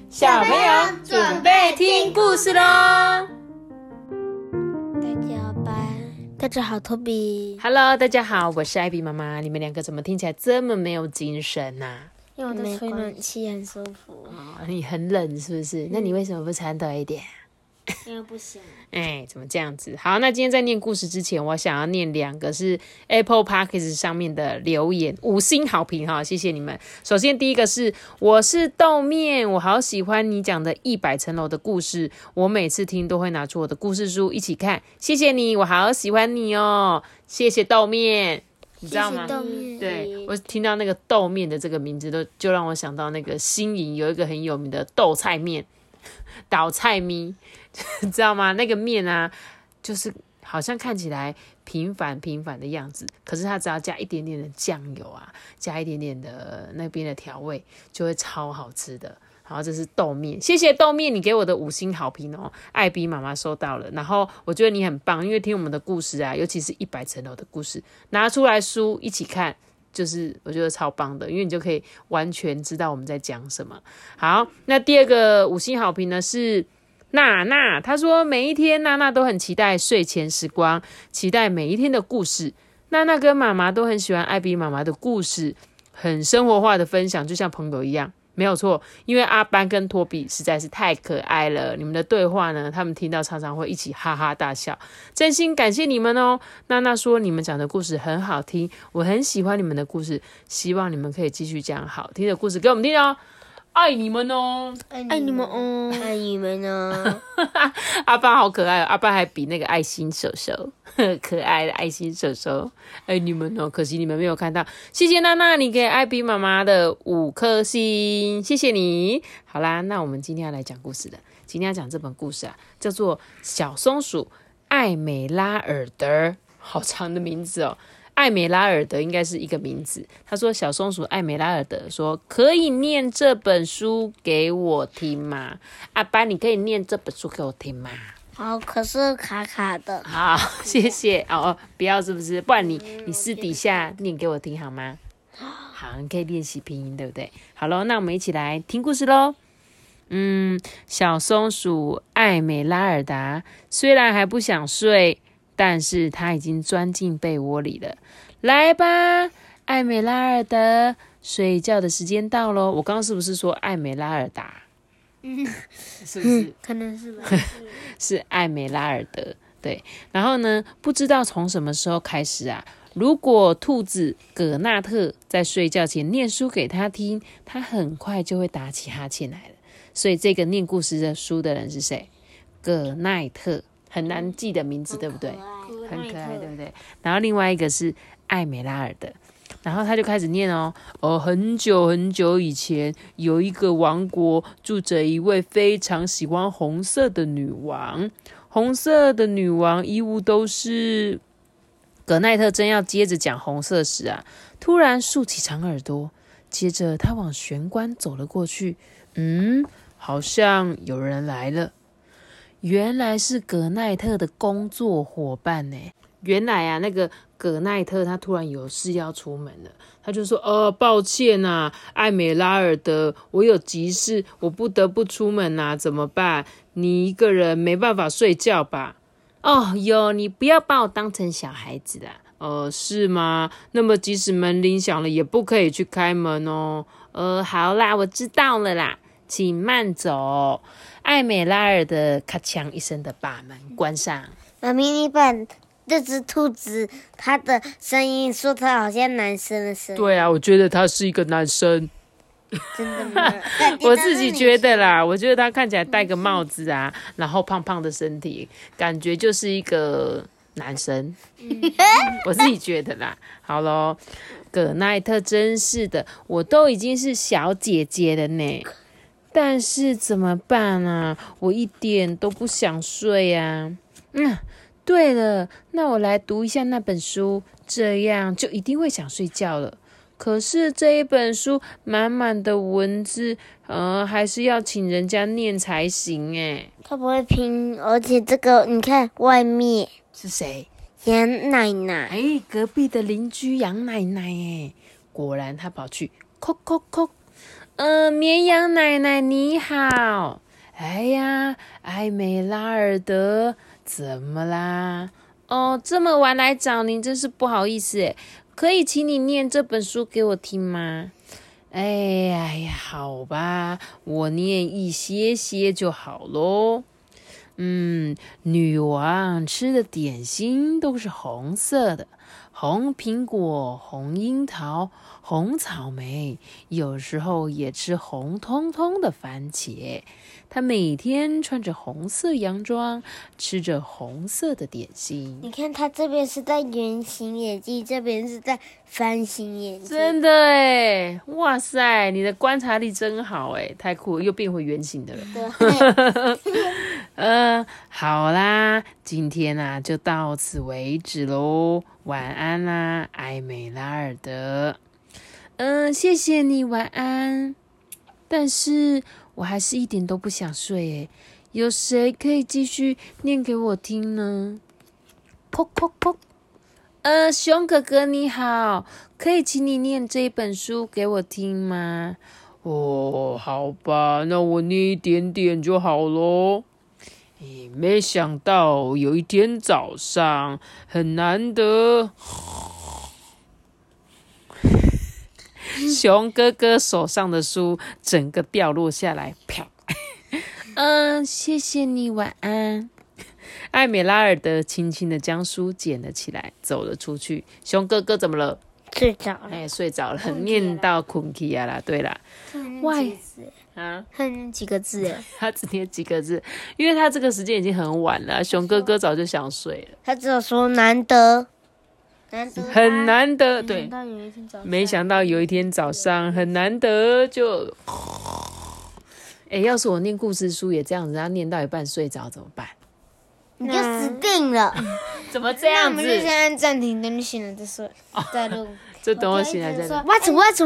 小朋友准备听故事咯。 大家好，托比。 Hello， 大家好，我是艾比妈妈。你们两个怎么听起来这么没有精神啊？ 因为我在吹暖气，很舒服。 你很冷是不是？那你为什么不穿多一点？ 因为不行。 怎么这样子？好，那今天在念故事之前，我想要念2个是 Apple Podcast 上面的留言，5星好评哈，谢谢你们。首先第一个是我是豆面，我好喜欢你讲的100层楼的故事，我每次听都会拿出我的故事书一起看，谢谢你，我好喜欢你哦，谢谢豆面。你知道吗？ 豆面， 对，我听到那个豆面的这个名字就让我想到那个新营有一个很有名的豆菜面，倒菜咪，知道吗？那个面啊，就是好像看起来平凡的样子，可是它只要加一点点的酱油啊，加一点点的那边的调味，就会超好吃的。好，这是豆面，谢谢豆面，你给我的5星好评哦，艾比妈妈收到了。然后我觉得你很棒，因为听我们的故事啊，尤其是100层楼的故事，拿出来书一起看，就是我觉得超棒的，因为你就可以完全知道我们在讲什么。好，那第2个5星好评呢是娜娜，她说每一天娜娜都很期待睡前时光，期待每一天的故事。娜娜跟妈妈都很喜欢艾比妈妈的故事，很生活化的分享，就像朋友一样。没有错，因为阿班跟托比实在是太可爱了，你们的对话呢，他们听到常常会一起哈哈大笑，真心感谢你们哦。娜娜说你们讲的故事很好听，我很喜欢你们的故事，希望你们可以继续讲好听的故事给我们听哦。爱你们哦， 爱你们哦，爱你们哦。 阿爸好可爱哦，阿爸还比那个爱心手手，可爱的爱心手手，爱你们哦。可惜你们没有看到，谢谢娜娜，你给艾比妈妈的5颗星，谢谢你。好啦，那我们今天要来讲故事了。今天要讲这本故事啊，叫做《小松鼠艾美拉尔德》，好长的名字哦。艾美拉尔德应该是一个名字。他说小松鼠艾美拉尔德说可以念这本书给我听吗？阿爸你可以念这本书给我听吗？ 好，可是卡卡的。 好，谢谢。不要是不是？不然你私底下念给我听好吗？好，你可以练习拼音对不对？好咯，那我们一起来听故事咯。小松鼠艾美拉尔达虽然还不想睡，但是他已经钻进被窝里了。来吧，艾美拉尔德，睡觉的时间到咯。我刚刚是不是说艾美拉尔达？是不是？ 可能是吧。 是艾美拉尔德，对。然后呢，不知道从什么时候开始啊，如果兔子葛纳特在睡觉前念书给他听，他很快就会打起哈欠来了。所以这个念故事的书的人是谁？葛奈特。很难记的名字，对不对？很可爱，对不对？然后另外一个是艾美拉尔的，然后他就开始念很久很久以前，有一个王国住着一位非常喜欢红色的女王，红色的女王衣物都是。葛奈特正要接着讲红色时啊，突然竖起长耳朵，接着他往玄关走了过去，好像有人来了。原来是葛奈特的工作伙伴呢。原来啊，那个葛奈特他突然有事要出门了，他就说抱歉啊，艾美拉尔德，我有急事，我不得不出门啊，怎么办？你一个人没办法睡觉吧？你不要把我当成小孩子啦。是吗？那么即使门铃响了也不可以去开门哦。好啦，我知道了啦，请慢走。艾美拉尔的咔锵一声的把门关上。 妈咪，你把这只兔子它的声音说它好像男生的声音。 对啊，我觉得他是一个男生。 真的吗？ 我自己觉得啦，我觉得他看起来戴个帽子啊，然后胖胖的身体，感觉就是一个男生。我自己觉得啦。好咯，葛奈特真是的，我都已经是小姐姐了呢。但是怎么办啊？我一点都不想睡啊。对了，那我来读一下那本书，这样就一定会想睡觉了。可是这一本书满满的文字，还是要请人家念才行诶。 他不会拼，而且这个你看外面是谁？ 杨奶奶。 隔壁的邻居杨奶奶诶。果然他跑去叩叩叩。 绵羊奶奶你好。哎呀，艾美拉尔德，怎么啦？哦，这么晚来找您，真是不好意思诶，可以请你念这本书给我听吗？哎呀，好吧，我念一些就好咯。女王吃的点心都是红色的，红苹果、红樱桃、红草莓，有时候也吃红彤彤的番茄。她每天穿着红色洋装，吃着红色的点心。 你看，它这边是在圆形眼镜，这边是在方形眼镜。 真的耶，哇塞，你的观察力真好耶，太酷了，又变回圆形的了。 对， 好啦，今天啊就到此为止咯，晚安啦，艾美拉尔德。谢谢你，晚安。但是我还是一点都不想睡耶，有谁可以继续念给我听呢？噗噗噗。熊哥哥你好，可以请你念这本书给我听吗？哦，好吧，那我念一点点就好咯。没想到有一天早上，很难得，熊哥哥手上的书整个掉落下来，啪！谢谢你，晚安。艾美拉尔德轻轻的将书捡了起来，走了出去。熊哥哥怎么了？ 睡着了。 睡着了，念到困起啊啦。对啦， 喂， 他念几个字？ 他只念几个字，因为他这个时间已经很晚了，熊哥哥早就想睡了。 他只有说难得， 很难得，对。没想到有一天早上很难得就，要是我念故事书也这样子，他念到一半睡着怎么办？ 你就死定了。 怎么这样子？ 那我们就先按暂停，等你醒了再睡，再录。 就等我醒来再录。 What？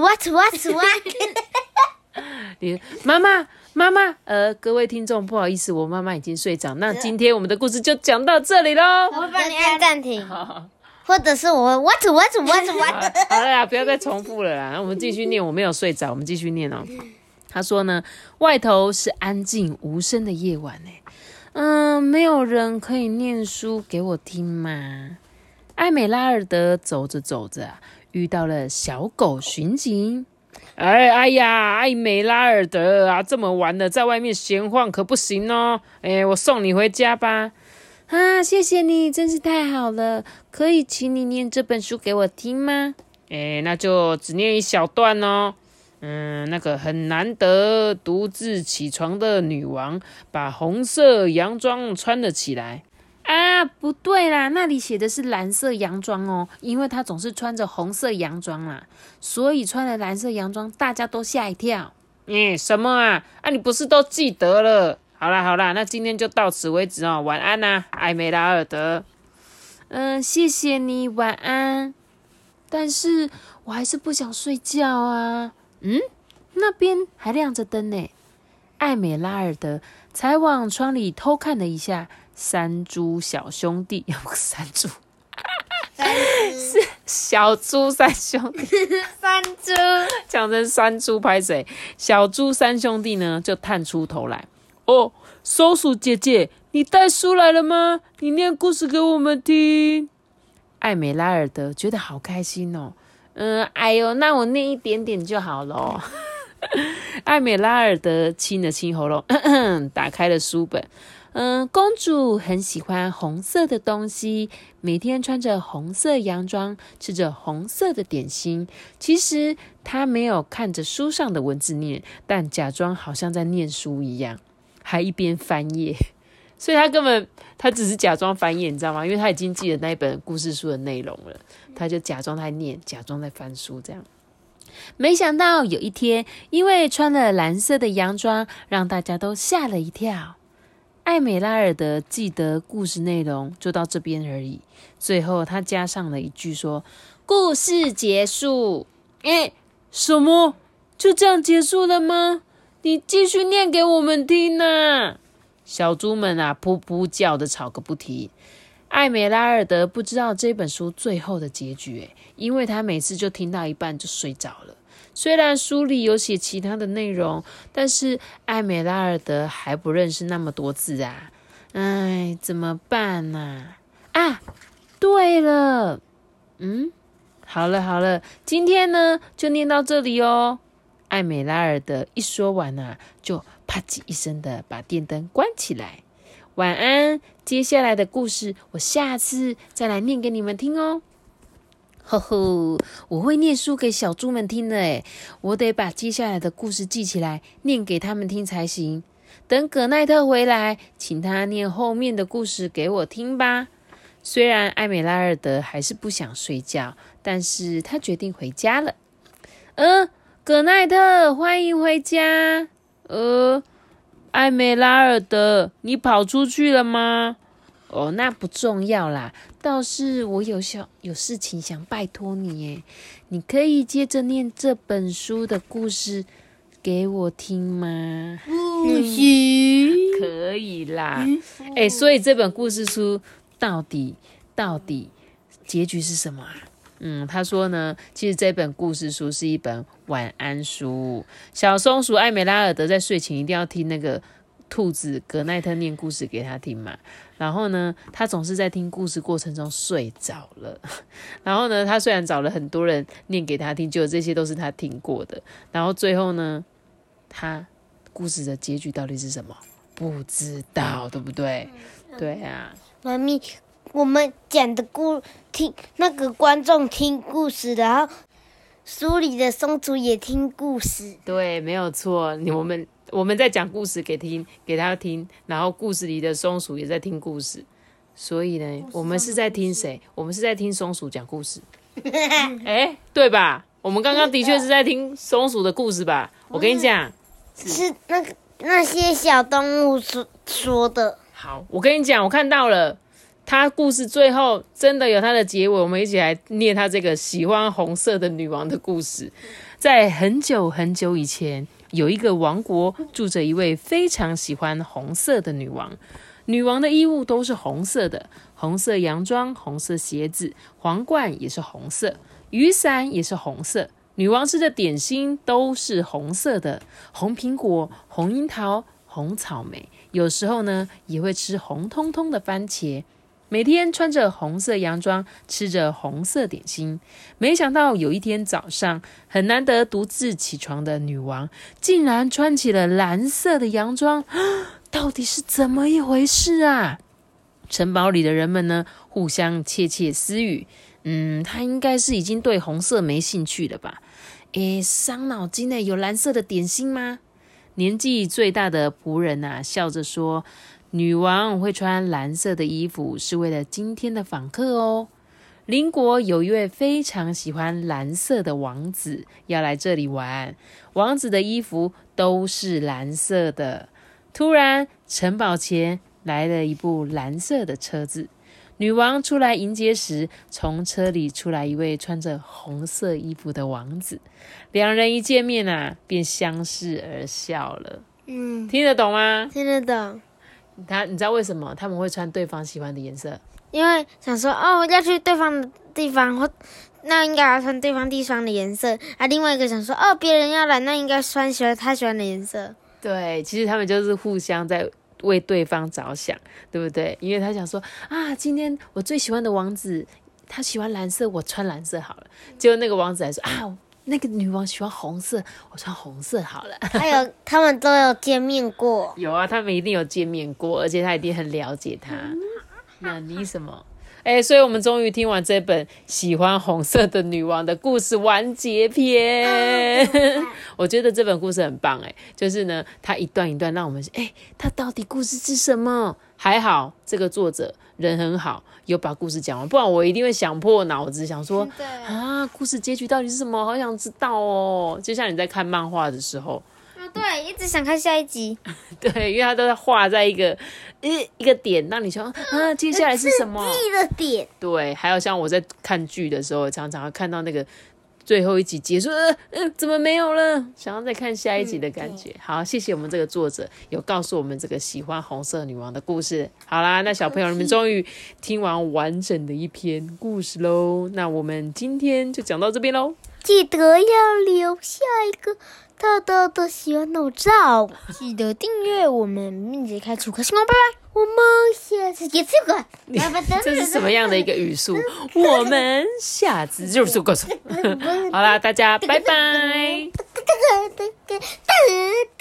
你妈妈，各位听众，不好意思，我妈妈已经睡着。那今天我们的故事就讲到这里咯。 我会帮你按暂停，或者是我 What？ 好了啦，不要再重复了啦。那我们继续念，我没有睡着，我们继续念哦。他说呢，外头是安静无声的夜晚没有人可以念书给我听吗？艾美拉尔德走着走着遇到了小狗巡警。哎呀，艾美拉尔德啊，这么晚了，在外面闲晃可不行哦。我送你回家吧。谢谢你，真是太好了。可以请你念这本书给我听吗？那就只念一小段哦。那个很难得独自起床的女王，把红色洋装穿了起来。不对啦，那里写的是蓝色洋装哦，因为她总是穿着红色洋装啦，所以穿了蓝色洋装，大家都吓一跳。什么啊？你不是都记得了？好啦，那今天就到此为止哦，晚安啦，艾美拉尔德。谢谢你，晚安。但是我还是不想睡觉啊。那边还亮着灯呢。艾美拉尔德才往窗里偷看了一下，山猪小兄弟，山猪，是小猪三兄弟， 山猪讲成山猪拍谁？小猪三兄弟呢，就探出头来。哦，松鼠姐姐，你带书来了吗？你念故事给我们听。艾美拉尔德觉得好开心哦。那我念一点点就好了。艾美拉尔德清了清喉咙，打开了书本。公主很喜欢红色的东西，每天穿着红色洋装，吃着红色的点心。其实她没有看着书上的文字念，但假装好像在念书一样，还一边翻页。所以他只是假装翻页，你知道吗？因为他已经记得那一本故事书的内容了，他就假装在念，假装在翻书这样。没想到有一天，因为穿了蓝色的洋装，让大家都吓了一跳。艾美拉尔德记得故事内容就到这边而已，最后他加上了一句说：“故事结束。”什么？就这样结束了吗？你继续念给我们听啊！小猪们噗噗叫的吵个不停。艾美拉尔德不知道这本书最后的结局，因为他每次就听到一半就睡着了。 虽然书里有写其他的内容，但是艾美拉尔德还不认识那么多字啊。哎，怎么办啊？啊，对了，好了，今天呢就念到这里哦。艾美拉尔德一说完啊，就啪叽一声的把电灯关起来。晚安，接下来的故事我下次再来念给你们听哦。呵呵，我会念书给小猪们听的诶，我得把接下来的故事记起来，念给他们听才行。等葛奈特回来，请他念后面的故事给我听吧。虽然艾美拉尔德还是不想睡觉，但是他决定回家了。葛奈特，欢迎回家。艾美拉尔德，你跑出去了吗？哦，那不重要啦，倒是我有事情想拜托你耶，你可以接着念这本书的故事给我听吗？ 不行， 可以啦。所以这本故事书到底结局是什么啊？他说呢，其实这本故事书是一本晚安书。小松鼠艾美拉尔德在睡前一定要听那个兔子葛奈特念故事给他听嘛。然后呢，他总是在听故事过程中睡着了。然后呢，他虽然找了很多人念给他听，结果这些都是他听过的。然后最后呢，他故事的结局到底是什么？不知道，对不对？对啊。 妈咪，我们讲的听那个观众听故事，然后书里的松鼠也听故事。 对，没有错。我们在讲故事给他听，然后故事里的松鼠也在听故事。所以呢，我们是在听谁？我们是在听松鼠讲故事。对吧？我们刚刚的确是在听松鼠的故事吧？我跟你讲， 是那些小动物说的。 好，我跟你讲，我看到了。他故事最后真的有他的结尾，我们一起来念他这个喜欢红色的女王的故事。在很久很久以前，有一个王国住着一位非常喜欢红色的女王。女王的衣物都是红色的，红色洋装、红色鞋子，皇冠也是红色，雨伞也是红色。女王吃的点心都是红色的，红苹果、红樱桃、红草莓，有时候呢也会吃红彤彤的番茄。每天穿着红色洋装，吃着红色点心。没想到有一天早上，很难得独自起床的女王，竟然穿起了蓝色的洋装，到底是怎么一回事啊？城堡里的人们呢，互相窃窃私语。她应该是已经对红色没兴趣了吧？伤脑筋呢，有蓝色的点心吗？年纪最大的仆人啊，笑着说，女王会穿蓝色的衣服是为了今天的访客哦。邻国有一位非常喜欢蓝色的王子要来这里玩，王子的衣服都是蓝色的。突然，城堡前来了一部蓝色的车子。女王出来迎接时，从车里出来一位穿着红色衣服的王子。两人一见面啊，便相视而笑了。听得懂吗？ 听得懂。 你知道为什么他们会穿对方喜欢的颜色？ 因为想说要去对方的地方，或那应该要穿对方地方的颜色啊。另外一个想说别人要来，那应该穿他喜欢的颜色。 对，其实他们就是互相在为对方着想，对不对？因为他想说今天我最喜欢的王子他喜欢蓝色，我穿蓝色好了。结果那个王子还说那个女王喜欢红色，我穿红色好了。 还有他们都有见面过。 有啊，他们一定有见面过，而且他一定很了解他。那你什么？所以我们终于听完这本喜欢红色的女王的故事完结篇。我觉得这本故事很棒就是呢，它一段一段让我们它到底故事是什么？还好这个作者人很好，有把故事讲完，不然我一定会想破脑子想说故事结局到底是什么？好想知道哦。就像你在看漫画的时候， 对，一直想看下一集。 对，因为它都在画在一个点，让你说接下来是什么？ 刺激的点。 对，还有像我在看剧的时候，常常会看到那个最后一集结束，怎么没有了？想要再看下一集的感觉。好，谢谢我们这个作者有告诉我们这个喜欢红色女王的故事。好啦，那小朋友你们终于听完完整的一篇故事咯。那我们今天就讲到这边咯。 记得要留下一个大大的小脑照，记得订阅我们，并且开出颗星哦，拜拜！我们下次见， 这是什么样的一个语速？我们下次就是告诉。好啦，大家拜拜。